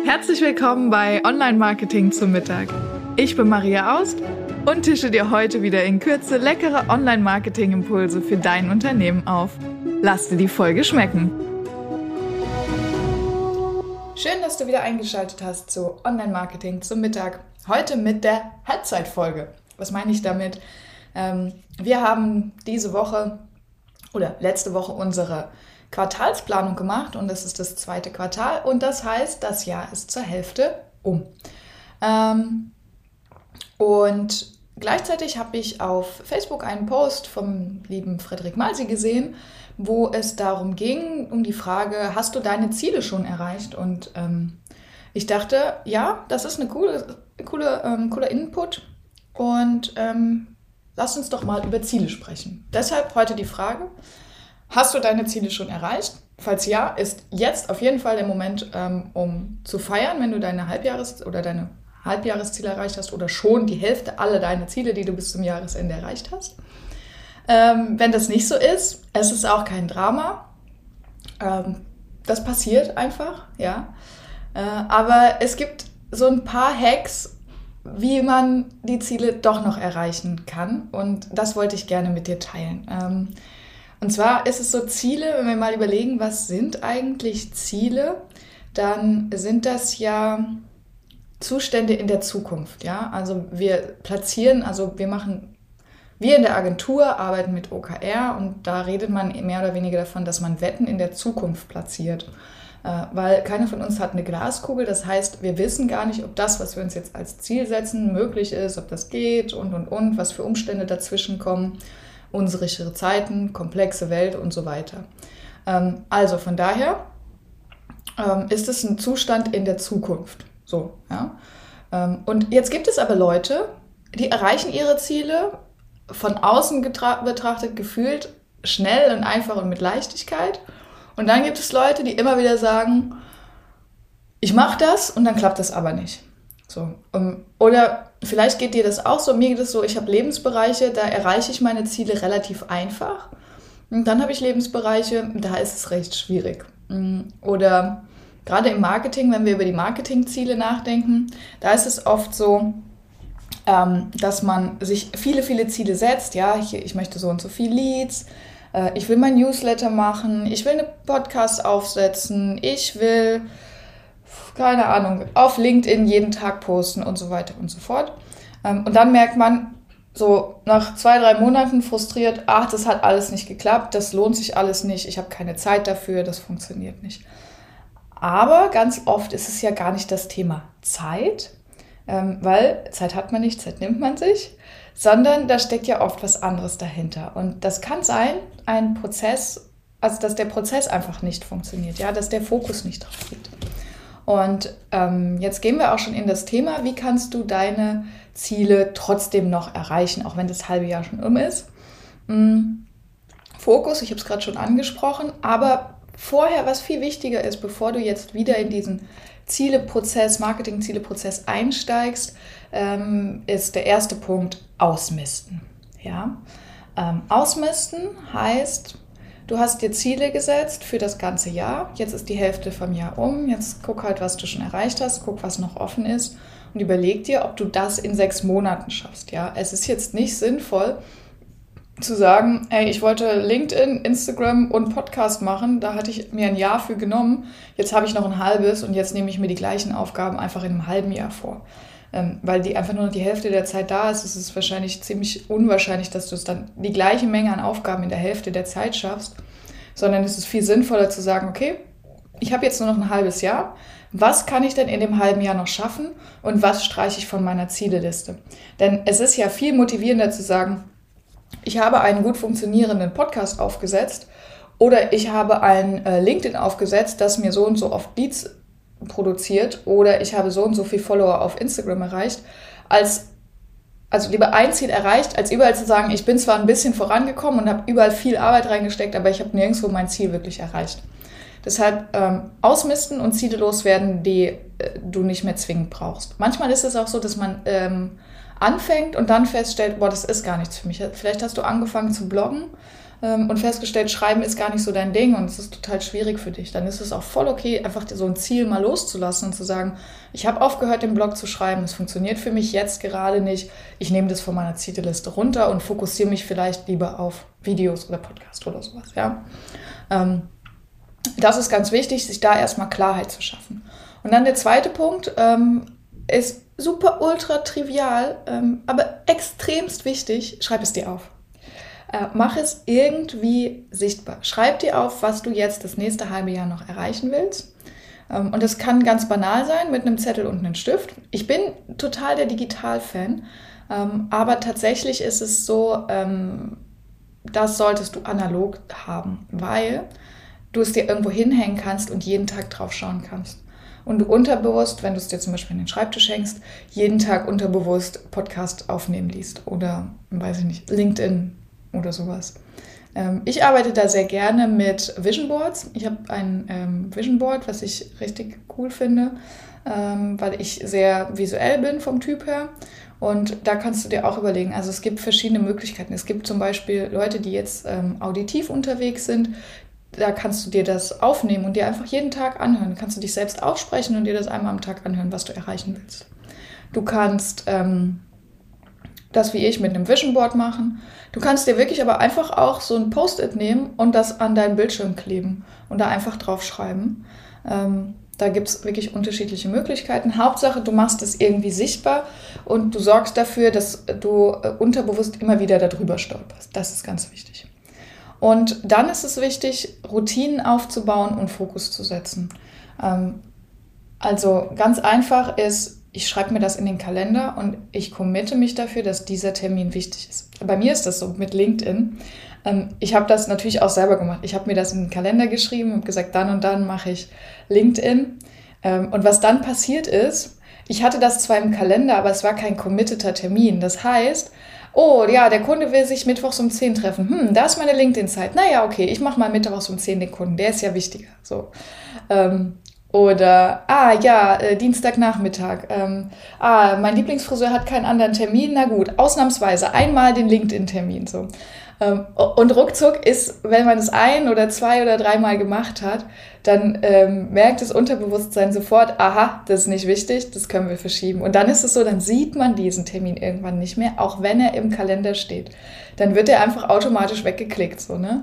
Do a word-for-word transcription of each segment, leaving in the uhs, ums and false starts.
Herzlich willkommen bei Online-Marketing zum Mittag. Ich bin Maria Aust und tische dir heute wieder in Kürze leckere Online-Marketing-Impulse für dein Unternehmen auf. Lass dir die Folge schmecken. Schön, dass du wieder eingeschaltet hast zu Online-Marketing zum Mittag. Heute mit der Halbzeitfolge. Was meine ich damit? Ähm, wir haben diese Woche oder letzte Woche unsere Quartalsplanung gemacht und das ist das zweite Quartal und das heißt, das Jahr ist zur Hälfte um. Ähm, und gleichzeitig habe ich auf Facebook einen Post vom lieben Frederik Malsi gesehen, wo es darum ging, um die Frage, hast du deine Ziele schon erreicht? Und ähm, ich dachte, ja, das ist eine coole, coole, ähm, cooler Input und ähm, lass uns doch mal über Ziele sprechen. Deshalb heute die Frage, hast du deine Ziele schon erreicht? Falls ja, ist jetzt auf jeden Fall der Moment, ähm, um zu feiern, wenn du deine Halbjahres- oder deine Halbjahresziele erreicht hast oder schon die Hälfte aller deiner Ziele, die du bis zum Jahresende erreicht hast. Ähm, wenn das nicht so ist, es ist auch kein Drama. Ähm, das passiert einfach, ja. Äh, aber es gibt so ein paar Hacks, wie man die Ziele doch noch erreichen kann. Und das wollte ich gerne mit dir teilen. Ähm, Und zwar ist es so Ziele, wenn wir mal überlegen, was sind eigentlich Ziele, dann sind das ja Zustände in der Zukunft. Ja? Also wir platzieren, also wir machen, wir in der Agentur arbeiten mit O K R und da redet man mehr oder weniger davon, dass man Wetten in der Zukunft platziert. Äh, weil keiner von uns hat eine Glaskugel, das heißt, wir wissen gar nicht, ob das, was wir uns jetzt als Ziel setzen, möglich ist, ob das geht und, und, und, was für Umstände dazwischen kommen. Unsichere Zeiten, komplexe Welt und so weiter. Ähm, also von daher ähm, ist es ein Zustand in der Zukunft. So, ja. Ähm, und jetzt gibt es aber Leute, die erreichen ihre Ziele von außen getra- betrachtet gefühlt schnell und einfach und mit Leichtigkeit. Und dann gibt es Leute, die immer wieder sagen, ich mache das und dann klappt das aber nicht. So, um, oder vielleicht geht dir das auch so, mir geht es so, ich habe Lebensbereiche, da erreiche ich meine Ziele relativ einfach. Und dann habe ich Lebensbereiche, da ist es recht schwierig. Oder gerade im Marketing, wenn wir über die Marketingziele nachdenken, da ist es oft so, ähm, dass man sich viele, viele Ziele setzt. Ja, ich, ich möchte so und so viel Leads, äh, ich will mein Newsletter machen, ich will eine Podcast aufsetzen, ich will... keine Ahnung, auf LinkedIn jeden Tag posten und so weiter und so fort. Und dann merkt man so nach zwei, drei Monaten frustriert, ach, das hat alles nicht geklappt, das lohnt sich alles nicht, ich habe keine Zeit dafür, das funktioniert nicht. Aber ganz oft ist es ja gar nicht das Thema Zeit, weil Zeit hat man nicht, Zeit nimmt man sich, sondern da steckt ja oft was anderes dahinter. Und das kann sein, ein Prozess, also dass der Prozess einfach nicht funktioniert, ja, dass der Fokus nicht drauf liegt. Und ähm, jetzt gehen wir auch schon in das Thema, wie kannst du deine Ziele trotzdem noch erreichen, auch wenn das halbe Jahr schon um ist. Hm. Fokus, ich habe es gerade schon angesprochen, aber vorher, was viel wichtiger ist, bevor du jetzt wieder in diesen Zieleprozess, Marketing-Zieleprozess einsteigst, ähm, ist der erste Punkt Ausmisten. Ja? Ähm, Ausmisten heißt... Du hast dir Ziele gesetzt für das ganze Jahr. Jetzt ist die Hälfte vom Jahr um. Jetzt guck halt, was du schon erreicht hast. Guck, was noch offen ist. Und überleg dir, ob du das in sechs Monaten schaffst. Ja, es ist jetzt nicht sinnvoll zu sagen, ey, ich wollte LinkedIn, Instagram und Podcast machen. Da hatte ich mir ein Jahr für genommen. Jetzt habe ich noch ein halbes und jetzt nehme ich mir die gleichen Aufgaben einfach in einem halben Jahr vor. Ähm, weil die einfach nur noch die Hälfte der Zeit da ist, ist es wahrscheinlich ziemlich unwahrscheinlich, dass du es dann die gleiche Menge an Aufgaben in der Hälfte der Zeit schaffst, sondern es ist viel sinnvoller zu sagen, okay, ich habe jetzt nur noch ein halbes Jahr, was kann ich denn in dem halben Jahr noch schaffen und was streiche ich von meiner Zieleliste? Denn es ist ja viel motivierender zu sagen, ich habe einen gut funktionierenden Podcast aufgesetzt oder ich habe ein äh, LinkedIn aufgesetzt, das mir so und so oft Leads produziert oder ich habe so und so viel Follower auf Instagram erreicht, als also lieber ein Ziel erreicht, als überall zu sagen, ich bin zwar ein bisschen vorangekommen und habe überall viel Arbeit reingesteckt, aber ich habe nirgendwo mein Ziel wirklich erreicht. Deshalb ähm, ausmisten und Ziele loswerden, die äh, du nicht mehr zwingend brauchst. Manchmal ist es auch so, dass man ähm, anfängt und dann feststellt, boah, das ist gar nichts für mich. Vielleicht hast du angefangen zu bloggen ähm, und festgestellt, Schreiben ist gar nicht so dein Ding und es ist total schwierig für dich. Dann ist es auch voll okay, einfach so ein Ziel mal loszulassen und zu sagen, ich habe aufgehört, den Blog zu schreiben, es funktioniert für mich jetzt gerade nicht. Ich nehme das von meiner Zielliste runter und fokussiere mich vielleicht lieber auf Videos oder Podcast oder sowas. Ja? Ähm, das ist ganz wichtig, sich da erstmal Klarheit zu schaffen. Und dann der zweite Punkt ähm, ist super ultra trivial, ähm, aber extremst wichtig, schreib es dir auf. Äh, mach es irgendwie sichtbar. Schreib dir auf, was du jetzt das nächste halbe Jahr noch erreichen willst. Ähm, und das kann ganz banal sein, mit einem Zettel und einem Stift. Ich bin total der Digital-Fan, ähm, aber tatsächlich ist es so, ähm, das solltest du analog haben, weil du es dir irgendwo hinhängen kannst und jeden Tag drauf schauen kannst. Und du unterbewusst, wenn du es dir zum Beispiel in den Schreibtisch hängst, jeden Tag unterbewusst Podcast aufnehmen liest oder, weiß ich nicht, LinkedIn oder sowas. Ähm, ich arbeite da sehr gerne mit Vision Boards. Ich habe ein ähm, Vision Board, was ich richtig cool finde, ähm, weil ich sehr visuell bin vom Typ her. Und da kannst du dir auch überlegen, also es gibt verschiedene Möglichkeiten. Es gibt zum Beispiel Leute, die jetzt ähm, auditiv unterwegs sind. Da kannst du dir das aufnehmen und dir einfach jeden Tag anhören. Kannst du dich selbst aufsprechen und dir das einmal am Tag anhören, was du erreichen willst. Du kannst ähm, das wie ich mit einem Vision Board machen. Du kannst dir wirklich aber einfach auch so ein Post-it nehmen und das an deinen Bildschirm kleben und da einfach drauf schreiben. Ähm, da gibt es wirklich unterschiedliche Möglichkeiten. Hauptsache, du machst es irgendwie sichtbar und du sorgst dafür, dass du äh, unterbewusst immer wieder darüber stolperst. Das ist ganz wichtig. Und dann ist es wichtig, Routinen aufzubauen und Fokus zu setzen. Ähm, also ganz einfach ist, ich schreibe mir das in den Kalender und ich committe mich dafür, dass dieser Termin wichtig ist. Bei mir ist das so mit LinkedIn. Ähm, ich habe das natürlich auch selber gemacht. Ich habe mir das in den Kalender geschrieben und gesagt, dann und dann mache ich LinkedIn. Ähm, und was dann passiert ist, ich hatte das zwar im Kalender, aber es war kein committeter Termin. Das heißt, oh ja, der Kunde will sich mittwochs um zehn treffen. Hm, da ist meine LinkedIn-Zeit. Naja, okay, ich mache mal mittwochs um zehn den Kunden. Der ist ja wichtiger. So. Ähm, oder, ah ja, äh, Dienstagnachmittag. Ähm, ah, mein Lieblingsfriseur hat keinen anderen Termin. Na gut, ausnahmsweise einmal den LinkedIn-Termin. So. Ähm, und ruckzuck ist, wenn man es ein oder zwei oder dreimal gemacht hat, dann ähm, merkt das Unterbewusstsein sofort, aha, das ist nicht wichtig, das können wir verschieben. Und dann ist es so, dann sieht man diesen Termin irgendwann nicht mehr, auch wenn er im Kalender steht. Dann wird er einfach automatisch weggeklickt. So, ne?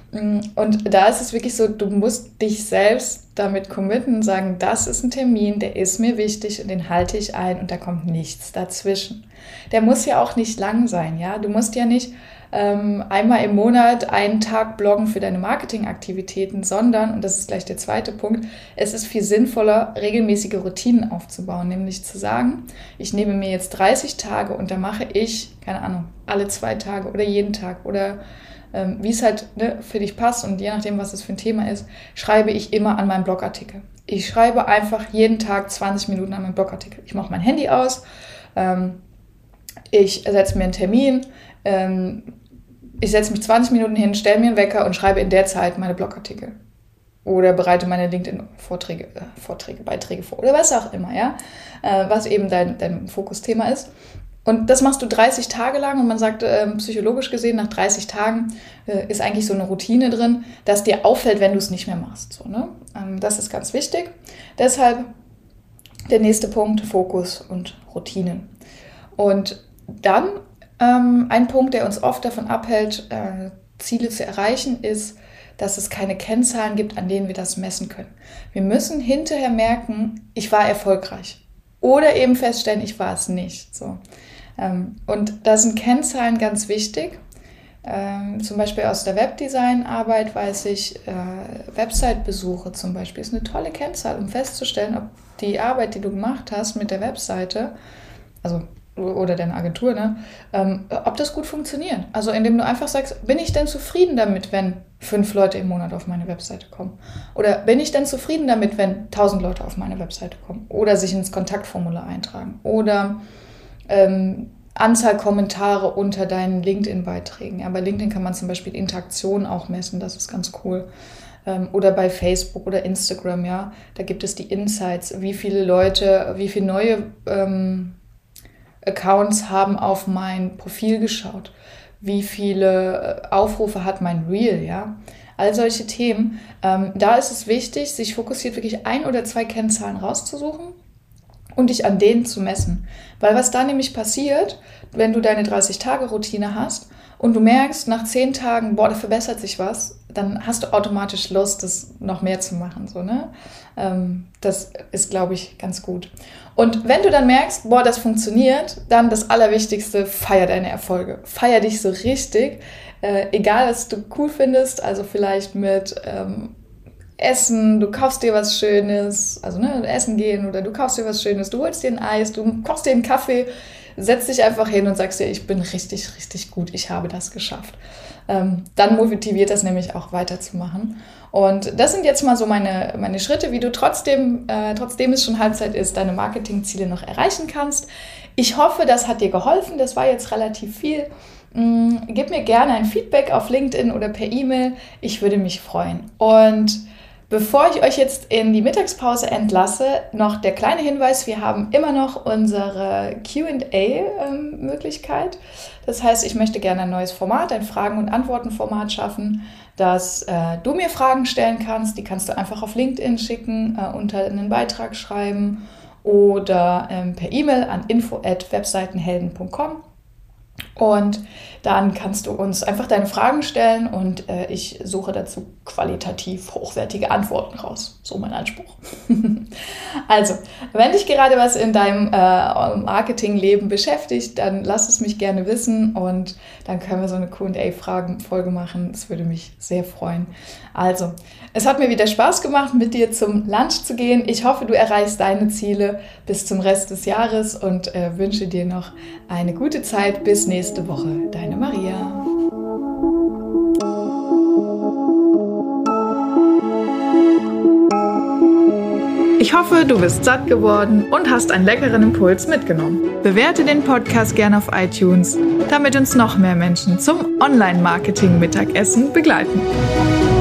Und da ist es wirklich so, du musst dich selbst damit committen und sagen, das ist ein Termin, der ist mir wichtig und den halte ich ein und da kommt nichts dazwischen. Der muss ja auch nicht lang sein, ja. Du musst ja nicht ähm, einmal im Monat einen Tag bloggen für deine Marketingaktivitäten, sondern, und das ist gleich der zweite Punkt, es ist viel sinnvoller, regelmäßige Routinen aufzubauen, nämlich zu sagen, ich nehme mir jetzt dreißig Tage und da mache ich, keine Ahnung, alle zwei Tage oder jeden Tag oder ähm, wie es halt ne, für dich passt und je nachdem, was das für ein Thema ist, schreibe ich immer an meinen Blogartikel. Ich schreibe einfach jeden Tag zwanzig Minuten an meinen Blogartikel. Ich mache mein Handy aus, ähm, ich setze mir einen Termin, ähm, ich setze mich zwanzig Minuten hin, stelle mir einen Wecker und schreibe in der Zeit meine Blogartikel. Oder bereite meine LinkedIn-Vorträge, äh, Vorträge, Beiträge vor. Oder was auch immer, ja. Äh, was eben dein, dein Fokusthema ist. Und das machst du dreißig Tage lang und man sagt, äh, psychologisch gesehen, nach dreißig Tagen äh, ist eigentlich so eine Routine drin, dass dir auffällt, wenn du es nicht mehr machst. So, ne? ähm, das ist ganz wichtig. Deshalb der nächste Punkt, Fokus und Routinen. Und dann ähm, ein Punkt, der uns oft davon abhält, äh, Ziele zu erreichen, ist, dass es keine Kennzahlen gibt, an denen wir das messen können. Wir müssen hinterher merken, ich war erfolgreich. Oder eben feststellen, ich war es nicht. So. Ähm, und da sind Kennzahlen ganz wichtig. Ähm, zum Beispiel aus der Webdesign-Arbeit weiß ich, äh, Website-Besuche zum Beispiel ist eine tolle Kennzahl, um festzustellen, ob die Arbeit, die du gemacht hast mit der Webseite, also oder deine Agentur, ne, ähm, ob das gut funktioniert. Also indem du einfach sagst, bin ich denn zufrieden damit, wenn fünf Leute im Monat auf meine Webseite kommen? Oder bin ich denn zufrieden damit, wenn tausend Leute auf meine Webseite kommen? Oder sich ins Kontaktformular eintragen? Oder ähm, Anzahl Kommentare unter deinen LinkedIn-Beiträgen. Ja, bei LinkedIn kann man zum Beispiel Interaktion auch messen, das ist ganz cool. Ähm, oder bei Facebook oder Instagram, ja, da gibt es die Insights, wie viele Leute, wie viele neue ähm, Accounts haben auf mein Profil geschaut. wie viele Aufrufe hat mein Reel, ja. All solche Themen. Ähm, da ist es wichtig, sich fokussiert wirklich ein oder zwei Kennzahlen rauszusuchen und dich an denen zu messen. Weil was da nämlich passiert, wenn du deine dreißig-Tage-Routine hast und du merkst nach zehn Tagen, boah, da verbessert sich was, dann hast du automatisch Lust, das noch mehr zu machen. So, ne? Ähm, das ist, glaube ich, ganz gut. Und wenn du dann merkst, boah, das funktioniert, dann das Allerwichtigste, feier deine Erfolge. Feier dich so richtig, äh, egal was du cool findest, also vielleicht mit ähm, Essen, du kaufst dir was Schönes, also ne, essen gehen oder du kaufst dir was Schönes, du holst dir ein Eis, du kochst dir einen Kaffee, setz dich einfach hin und sagst dir, ich bin richtig, richtig gut, ich habe das geschafft. Ähm, dann motiviert das nämlich auch weiterzumachen. Und das sind jetzt mal so meine, meine Schritte, wie du trotzdem, äh, trotzdem es schon Halbzeit ist, deine Marketingziele noch erreichen kannst. Ich hoffe, das hat dir geholfen, das war jetzt relativ viel. Mm, gib mir gerne ein Feedback auf LinkedIn oder per E-Mail, ich würde mich freuen. Und bevor ich euch jetzt in die Mittagspause entlasse, noch der kleine Hinweis, wir haben immer noch unsere Q and A-Möglichkeit. Das heißt, ich möchte gerne ein neues Format, ein Fragen- und Antworten-Format schaffen, dass äh, du mir Fragen stellen kannst. Die kannst du einfach auf LinkedIn schicken, äh, unter einen Beitrag schreiben oder ähm, per E-Mail an info at webseitenhelden punkt com. Und dann kannst du uns einfach deine Fragen stellen und äh, ich suche dazu qualitativ hochwertige Antworten raus. So mein Anspruch. Also, wenn dich gerade was in deinem äh, Marketingleben beschäftigt, dann lass es mich gerne wissen und dann können wir so eine Q and A-Fragen-Folge machen. Das würde mich sehr freuen. Also, es hat mir wieder Spaß gemacht, mit dir zum Lunch zu gehen. Ich hoffe, du erreichst deine Ziele bis zum Rest des Jahres und äh, wünsche dir noch eine gute Zeit. Bis nächste Woche. Deine Maria. Ich hoffe, du bist satt geworden und hast einen leckeren Impuls mitgenommen. Bewerte den Podcast gerne auf iTunes, damit uns noch mehr Menschen zum Online-Marketing-Mittagessen begleiten.